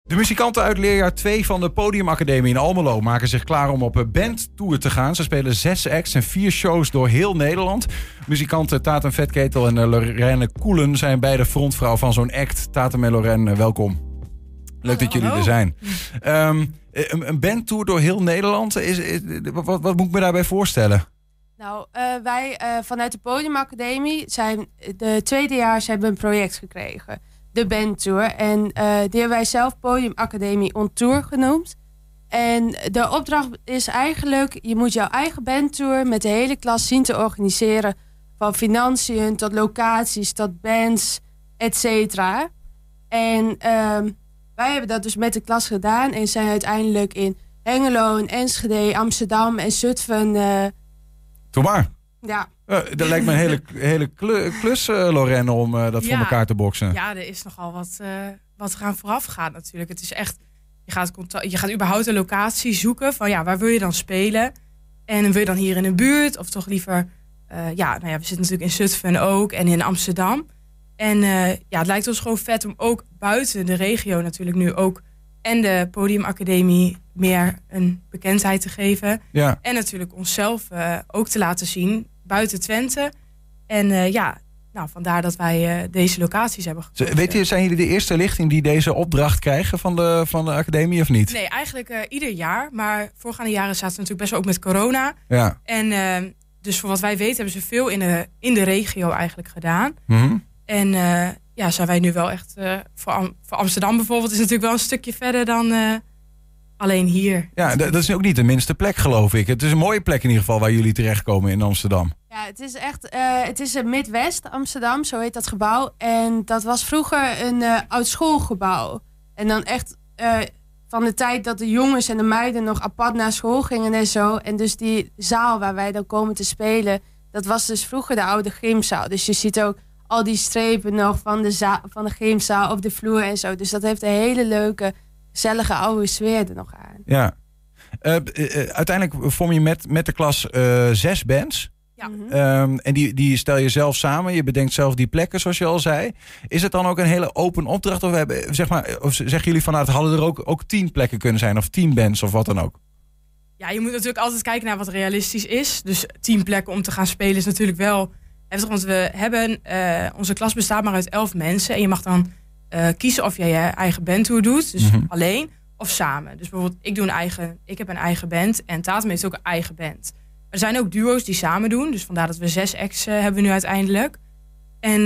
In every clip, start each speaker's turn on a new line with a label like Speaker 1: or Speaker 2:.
Speaker 1: De muzikanten uit leerjaar 2 van de Podiumacademie in Almelo maken zich klaar om op bandtour te gaan. Ze spelen 6 acts en 4 shows door heel Nederland. Muzikanten Tatum Vetketel en Lorraine Koelen zijn beide frontvrouw van zo'n act. Tatum en Lorraine, welkom. Leuk dat jullie er zijn. Een bandtour door heel Nederland, wat moet ik me daarbij voorstellen?
Speaker 2: Nou, wij vanuit de Podiumacademie zijn de tweedejaars hebben een project gekregen. De bandtour. En die hebben wij zelf Podiumacademie on Tour genoemd. En de opdracht is eigenlijk, je moet jouw eigen bandtour met de hele klas zien te organiseren. Van financiën tot locaties, tot bands, et cetera. En wij hebben dat dus met de klas gedaan. En zijn uiteindelijk in Hengelo, en Enschede, Amsterdam en Zutphen.
Speaker 1: Doe maar.
Speaker 2: Ja.
Speaker 1: Dat lijkt me een hele klus, Lorraine, om dat voor elkaar te boksen.
Speaker 3: Ja, er is nogal wat eraan vooraf gaat natuurlijk. Het is echt, je gaat überhaupt een locatie zoeken van waar wil je dan spelen? En wil je dan hier in de buurt of toch liever, we zitten natuurlijk in Zutphen ook en in Amsterdam. En het lijkt ons gewoon vet om ook buiten de regio natuurlijk nu ook en de Podiumacademie meer een bekendheid te geven. Ja. En natuurlijk onszelf ook te laten zien buiten Twente. En vandaar dat wij deze locaties hebben gekozen.
Speaker 1: Weet je, zijn jullie de eerste lichting die deze opdracht krijgen van de academie of niet?
Speaker 3: Nee, eigenlijk ieder jaar. Maar voorgaande jaren zaten ze natuurlijk best wel ook met corona. Ja. En dus voor wat wij weten hebben ze veel in de regio eigenlijk gedaan. Mm-hmm. En zijn wij nu wel echt voor Amsterdam bijvoorbeeld is natuurlijk wel een stukje verder dan alleen hier. Ja,
Speaker 1: dat is ook niet de minste plek, geloof ik. Het is een mooie plek in ieder geval waar jullie terechtkomen in Amsterdam.
Speaker 2: Ja, het is echt, het is Midwest Amsterdam, zo heet dat gebouw. En dat was vroeger een oud schoolgebouw. En dan echt van de tijd dat de jongens en de meiden nog apart naar school gingen en zo. En dus die zaal waar wij dan komen te spelen, dat was dus vroeger de oude gymzaal. Dus je ziet ook al die strepen nog van de gymzaal op de vloer en zo. Dus dat heeft een hele leuke, gezellige oude sfeer er nog aan.
Speaker 1: Ja. Uiteindelijk vorm je met de klas 6 bands. Ja. En die stel je zelf samen. Je bedenkt zelf die plekken, zoals je al zei. Is het dan ook een hele open opdracht? Of zeggen jullie van, het hadden er ook 10 plekken kunnen zijn? Of 10 bands of wat dan ook?
Speaker 3: Ja, je moet natuurlijk altijd kijken naar wat realistisch is. Dus 10 plekken om te gaan spelen is natuurlijk wel heftig. Want we hebben, onze klas bestaat maar uit 11 mensen. En je mag dan kiezen of jij je eigen bandtour doet. Dus alleen of samen. Dus bijvoorbeeld, ik heb een eigen band. En Tatum heeft ook een eigen band. Er zijn ook duo's die samen doen. Dus vandaar dat we 6 acts hebben nu uiteindelijk. En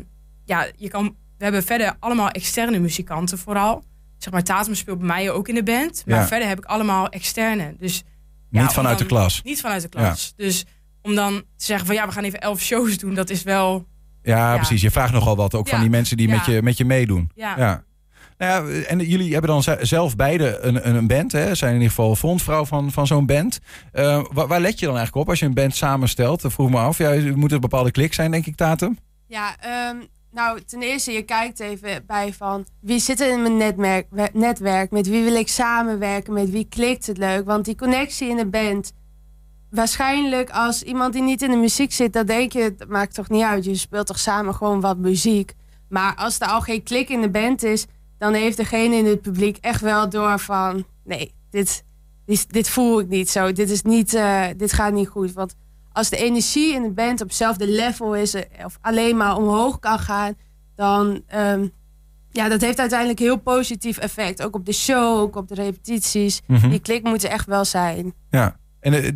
Speaker 3: we hebben verder allemaal externe muzikanten vooral. Zeg maar, Tatum speelt bij mij ook in de band. Maar verder heb ik allemaal externe. Dus,
Speaker 1: niet vanuit de klas?
Speaker 3: Niet vanuit de klas. Ja. Dus om dan te zeggen van we gaan even 11 shows doen. Dat is wel...
Speaker 1: Ja, precies. Je vraagt nogal wat ook van die mensen die met je meedoen. Ja. Nou ja, en jullie hebben dan zelf beide een band, hè? Zijn in ieder geval frontvrouw van zo'n band. Waar let je dan eigenlijk op als je een band samenstelt? Dat vroeg me af. Ja, er moet een bepaalde klik zijn, denk ik, Tatum?
Speaker 2: Ja, ten eerste, je kijkt even bij van wie zit er in mijn netwerk? Met wie wil ik samenwerken? Met wie klikt het leuk? Want die connectie in de band, waarschijnlijk als iemand die niet in de muziek zit, dan denk je, dat maakt toch niet uit. Je speelt toch samen gewoon wat muziek. Maar als er al geen klik in de band is, dan heeft degene in het publiek echt wel door van, nee, dit voel ik niet zo. Dit gaat niet goed. Want als de energie in de band op hetzelfde level is, of alleen maar omhoog kan gaan, dan dat heeft uiteindelijk heel positief effect. Ook op de show, ook op de repetities. Mm-hmm. Die klik moet er echt wel zijn.
Speaker 1: Ja. En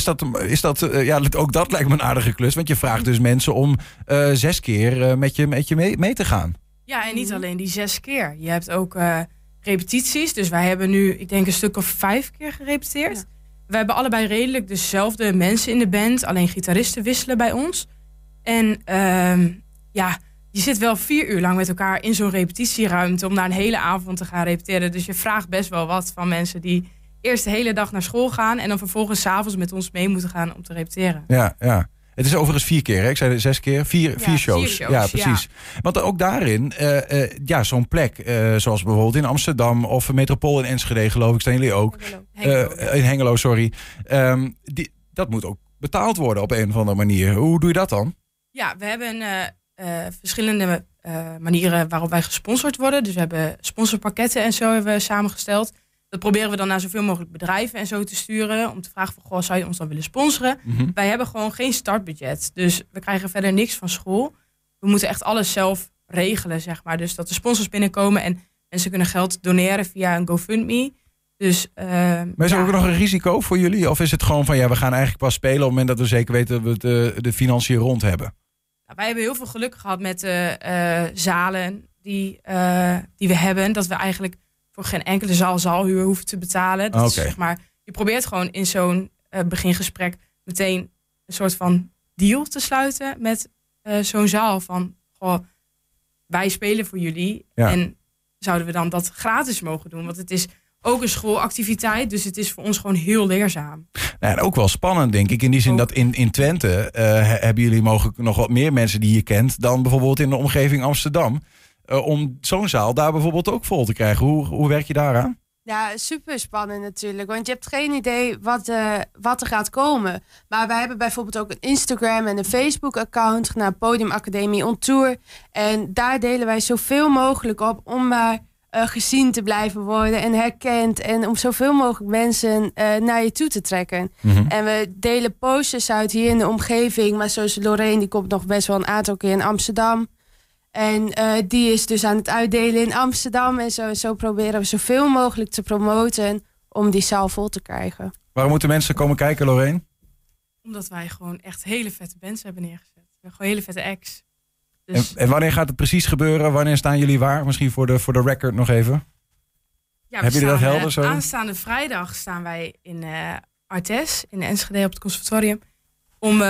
Speaker 1: ook dat lijkt me een aardige klus. Want je vraagt dus mensen om 6 keer met je mee te gaan.
Speaker 3: Ja, en niet alleen die 6 keer. Je hebt ook repetities. Dus wij hebben nu, ik denk, een stuk of 5 keer gerepeteerd. Ja. We hebben allebei redelijk dezelfde mensen in de band. Alleen gitaristen wisselen bij ons. En je zit wel 4 uur lang met elkaar in zo'n repetitieruimte om naar een hele avond te gaan repeteren. Dus je vraagt best wel wat van mensen die eerst de hele dag naar school gaan en dan vervolgens 's avonds met ons mee moeten gaan om te repeteren.
Speaker 1: Ja. Het is overigens 4 keer, hè? Ik zei 6 keer. 4 shows. 4 shows. Ja, precies. Ja. Want ook daarin, zo'n plek, zoals bijvoorbeeld in Amsterdam of Metropool in Enschede, geloof ik, staan jullie ook. In Hengelo, sorry. Dat moet ook betaald worden op een of andere manier. Hoe doe je dat dan?
Speaker 3: Ja, we hebben verschillende manieren waarop wij gesponsord worden. Dus we hebben sponsorpakketten en zo hebben we samengesteld. Dat proberen we dan naar zoveel mogelijk bedrijven en zo te sturen. Om te vragen van, goh, zou je ons dan willen sponsoren?
Speaker 1: Mhm.
Speaker 3: Wij hebben gewoon geen startbudget. Dus we krijgen verder niks van school. We moeten echt alles zelf regelen, zeg maar. Dus dat de sponsors binnenkomen en mensen kunnen geld doneren via een GoFundMe. Dus,
Speaker 1: Maar is er ook nog een risico voor jullie? Of is het gewoon van, we gaan eigenlijk pas spelen op het moment dat we zeker weten dat we de financiën rond hebben?
Speaker 3: Nou, wij hebben heel veel geluk gehad met de zalen die we hebben. Dat we eigenlijk voor geen enkele zaalhuur hoeven te betalen. Dat is, zeg maar, je probeert gewoon in zo'n begingesprek meteen een soort van deal te sluiten met zo'n zaal. Van, goh, wij spelen voor jullie. Ja. En zouden we dan dat gratis mogen doen? Want het is ook een schoolactiviteit, dus het is voor ons gewoon heel leerzaam. Nou, en ook wel spannend, denk ik. In die zin dat in Twente hebben jullie mogelijk nog wat meer mensen die je kent dan bijvoorbeeld in de omgeving Amsterdam. Om zo'n zaal daar bijvoorbeeld ook vol te krijgen. Hoe werk je daaraan? Ja, super spannend natuurlijk. Want je hebt geen idee wat er gaat komen. Maar wij hebben bijvoorbeeld ook een Instagram en een Facebook-account genaamd Podium Academie on Tour. En daar delen wij zoveel mogelijk op om maar gezien te blijven worden en herkend. En om zoveel mogelijk mensen naar je toe te trekken. Mm-hmm. En we delen posters uit hier in de omgeving. Maar zoals Lorraine, die komt nog best wel een aantal keer in Amsterdam. En die is dus aan het uitdelen in Amsterdam. En zo proberen we zoveel mogelijk te promoten om die zaal vol te krijgen. Waarom moeten mensen komen kijken, Lorraine? Omdat wij gewoon echt hele vette bands hebben neergezet. We hebben gewoon hele vette acts. Dus... En wanneer gaat het precies gebeuren? Wanneer staan jullie waar? Misschien voor de record nog even. Ja, hebben jullie dat helder zo? Aanstaande vrijdag staan wij in Artes, in Enschede op het conservatorium. Om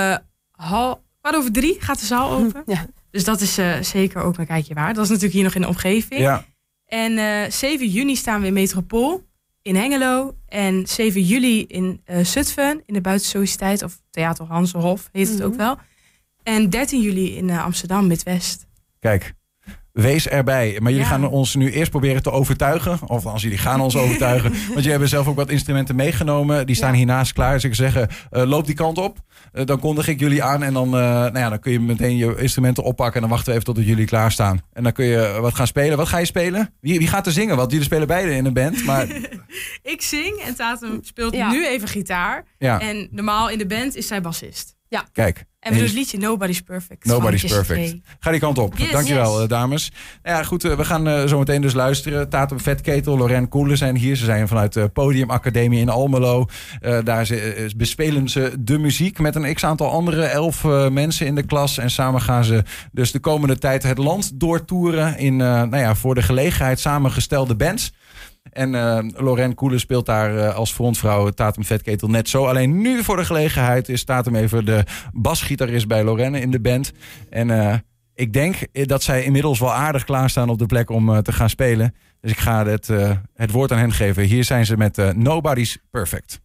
Speaker 3: 2:15 gaat de zaal open. Ja. Dus dat is zeker ook een kijkje waard. Dat is natuurlijk hier nog in de omgeving. Ja. En 7 juni staan we in Metropool in Hengelo. En 7 juli in Zutphen, in de Buitensociëteit. Of Theater Hansenhof heet het ook wel. En 13 juli in Amsterdam, Midwest. Kijk, wees erbij. Maar jullie gaan ons nu eerst proberen te overtuigen. Of als jullie gaan ons overtuigen. Want jullie hebben zelf ook wat instrumenten meegenomen. Die staan hiernaast klaar. Dus ik zeg, loop die kant op. Dan kondig ik jullie aan. En dan, dan kun je meteen je instrumenten oppakken. En dan wachten we even tot jullie klaarstaan. En dan kun je wat gaan spelen. Wat ga je spelen? Wie gaat er zingen? Want jullie spelen beide in een band. Maar... Ik zing en Tatum speelt nu even gitaar. Ja. En normaal in de band is zij bassist. Ja. Kijk. En we doen het liedje Nobody's Perfect. Nobody's Perfect. Ga die kant op. Yes, dankjewel, dames. Ja, goed, we gaan zo meteen dus luisteren. Tatum Vetketel, Lorraine Koelen zijn hier. Ze zijn vanuit Podium Academie in Almelo. Daar bespelen ze de muziek met een x-aantal andere 11 mensen in de klas. En samen gaan ze dus de komende tijd het land doortoeren in voor de gelegenheid samengestelde bands. En Lorraine Koelen speelt daar als frontvrouw Tatum Vetketel net zo. Alleen nu voor de gelegenheid is Tatum even de basgitarist bij Lorraine in de band. En ik denk dat zij inmiddels wel aardig klaarstaan op de plek om te gaan spelen. Dus ik ga het woord aan hen geven. Hier zijn ze met Nobody's Perfect.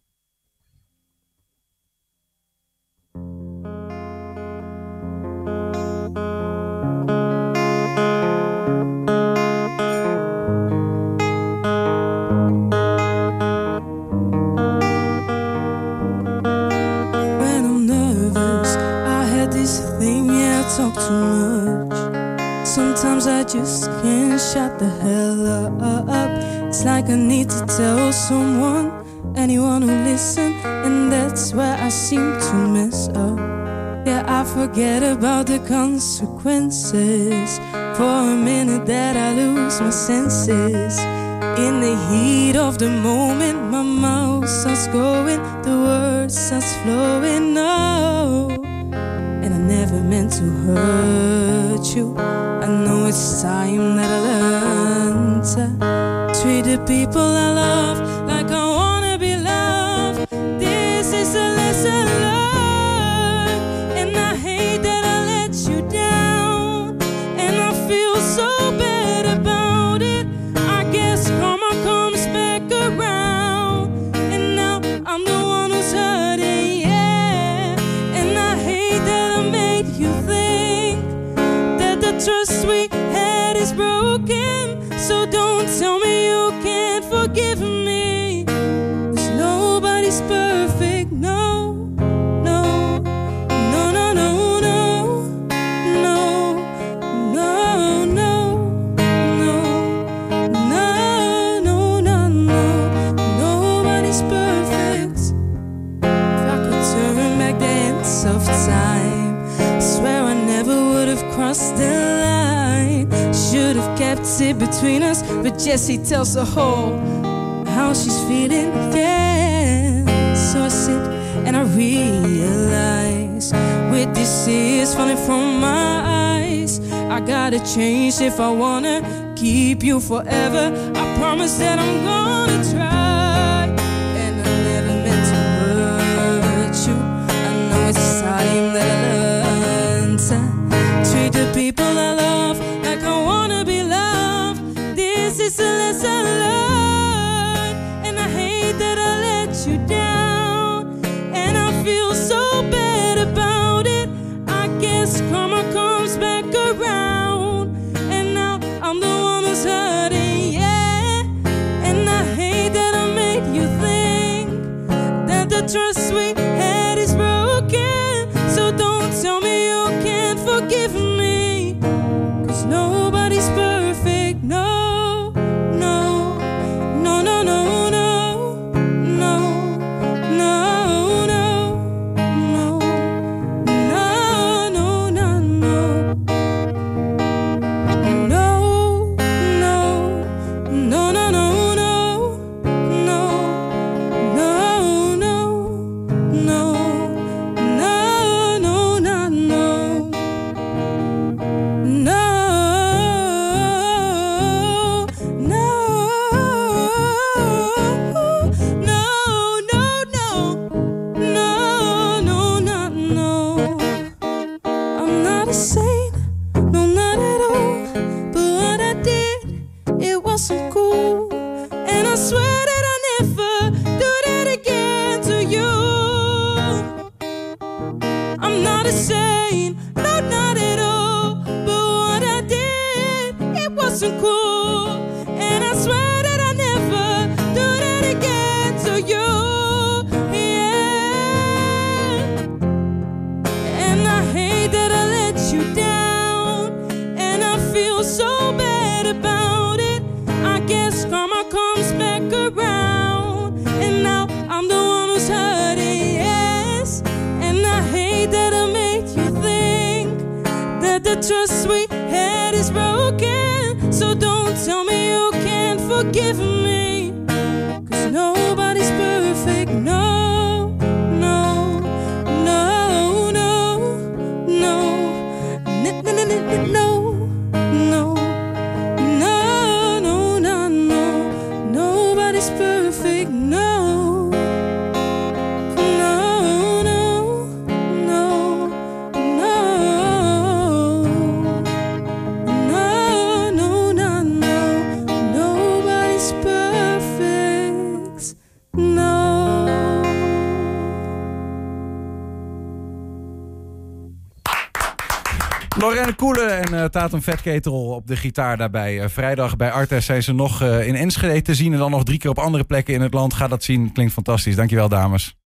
Speaker 4: Talk too much. Sometimes I just can't shut the hell up. It's like I need to tell someone, anyone who listen, and that's where I seem to mess up. Yeah, I forget about the consequences. For a minute that I lose my senses. In the heat of the moment, my mouth starts going, the words starts flowing. No. And I never meant to hurt you. I know it's time that I learn to treat the people I love like I wanna be loved. This is a lesson learned. And I hate that I let you down. And I feel so bad about it. I guess karma comes back around. And now I'm the one who's hurting, yeah. And I hate that you think that the trust we had is broken. So don't tell me you can't forgive me. 'Cause nobody's perfect, no. No, no, no, no, no. No, us, but Jessie tells the whole how she's feeling, yeah. So I sit and I realize with these tears falling from my eyes, I gotta change if I wanna keep you forever. I promise that I'm gonna try, and I never meant to hurt you. I know it's time that I learn to treat the people I love like I wanna be loved. This is a lesson learned, and I hate that I let you down, and I feel so bad about it. I guess karma comes back around, and now I'm the one who's hurting, yeah. And I hate that I made you think that the trust we had is broken. So don't tell me you can't forgive me, 'cause nobody's perfect, no, no, no, no, no, no, no, no, no, no, no, no, no, no. No, no, no, no, no, no, no, no, no, no, no, no, no. I'm not a saint, no, not at all. But what I did, it wasn't cool. And I swear that I never do that again to you. I'm not a saint, no, not at all. But what I did, it wasn't cool. And I swear that I never do that again to you. Yeah. And I hate that I let you down, and I feel so bad about it. I guess karma comes back around, and now I'm the one who's hurting, yes. And I hate that I made you think that the trust we had is broken. So don't tell me you can't forgive me, 'cause nobody's perfect, no, no, no, no, no, no, no, no, no, no, no, no, nobody's perfect, no, no, no, no, no, no, no, no, nobody's perfect, no.
Speaker 1: Lorraine Koelen en Tatum Vetketel op de gitaar daarbij. Vrijdag bij Artes zijn ze nog in Enschede te zien en dan nog 3 keer op andere plekken in het land. Ga dat zien, klinkt fantastisch. Dankjewel, dames.